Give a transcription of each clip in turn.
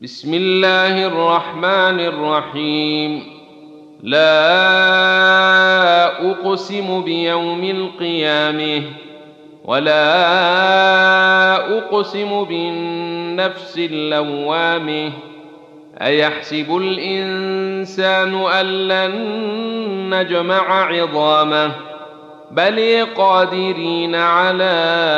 بسم الله الرحمن الرحيم. لا أقسم بيوم القيامة ولا أقسم بالنفس اللوامة. أيحسب الإنسان أن لن نجمع عظامه بل قادرين على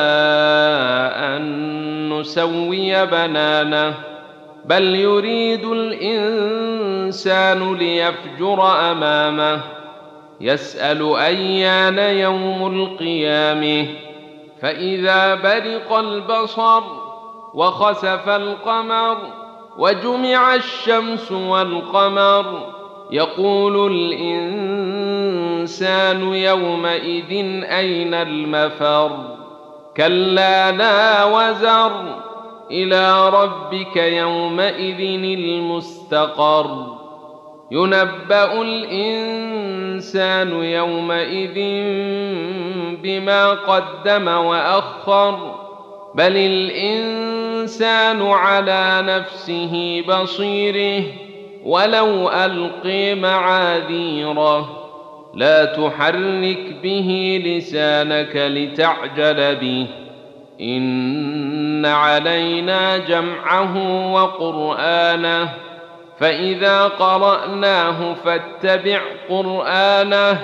أن نسوي بنانه بل يريد الإنسان ليفجر أمامه يسأل أيان يوم القيامة فإذا برق البصر وخسف القمر وجمع الشمس والقمر يقول الإنسان يومئذ أين المفر كلا لا وزر إلى ربك يومئذ المستقر ينبأ الإنسان يومئذ بما قدم وأخر بل الإنسان على نفسه بصيره ولو ألقي معاذيره لا تحرك به لسانك لتعجل به إن علينا جمعه وقرآنه فإذا قرأناه فاتبع قرآنه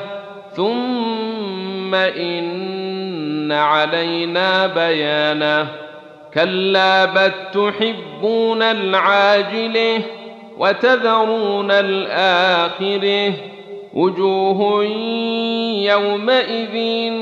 ثم إن علينا بيانه كلا بل تحبون العاجلة وتذرون الآخرة وجوه يومئذ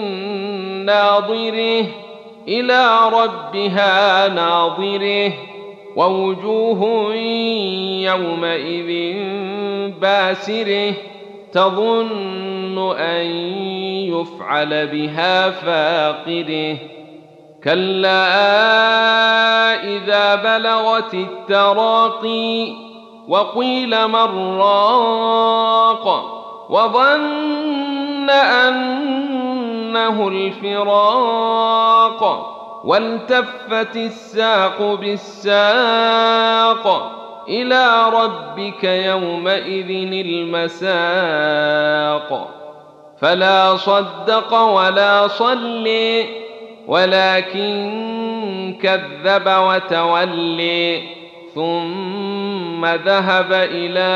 ناظرة إلى ربها ناظرة ووجوه يومئذ باسرة تظن أن يفعل بها فاقرة كلا إذا بلغت التراقي وقيل من راق وظن أنه الفراق والتفت الساق بالساق إلى ربك يومئذ المساق فلا صدق ولا صلي ولكن كذب وتولي ثم ذهب إلى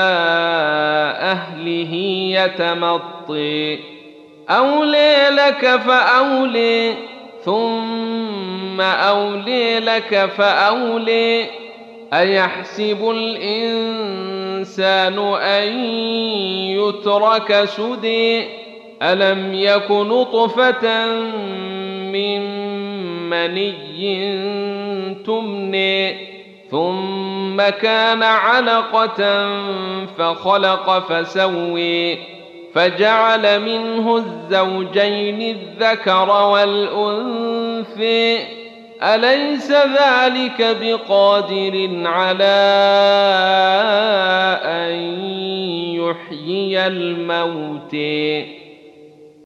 أهله يتمطي أولي لك فأولي ثم أولي لك فأولي أيحسب الإنسان أن يترك سدى ألم يك نطفة من مني تمني ثم كان علقة فخلق فسوي فجعل منه الزوجين الذكر والأنثى أليس ذلك بقادر على أن يحيي الموتى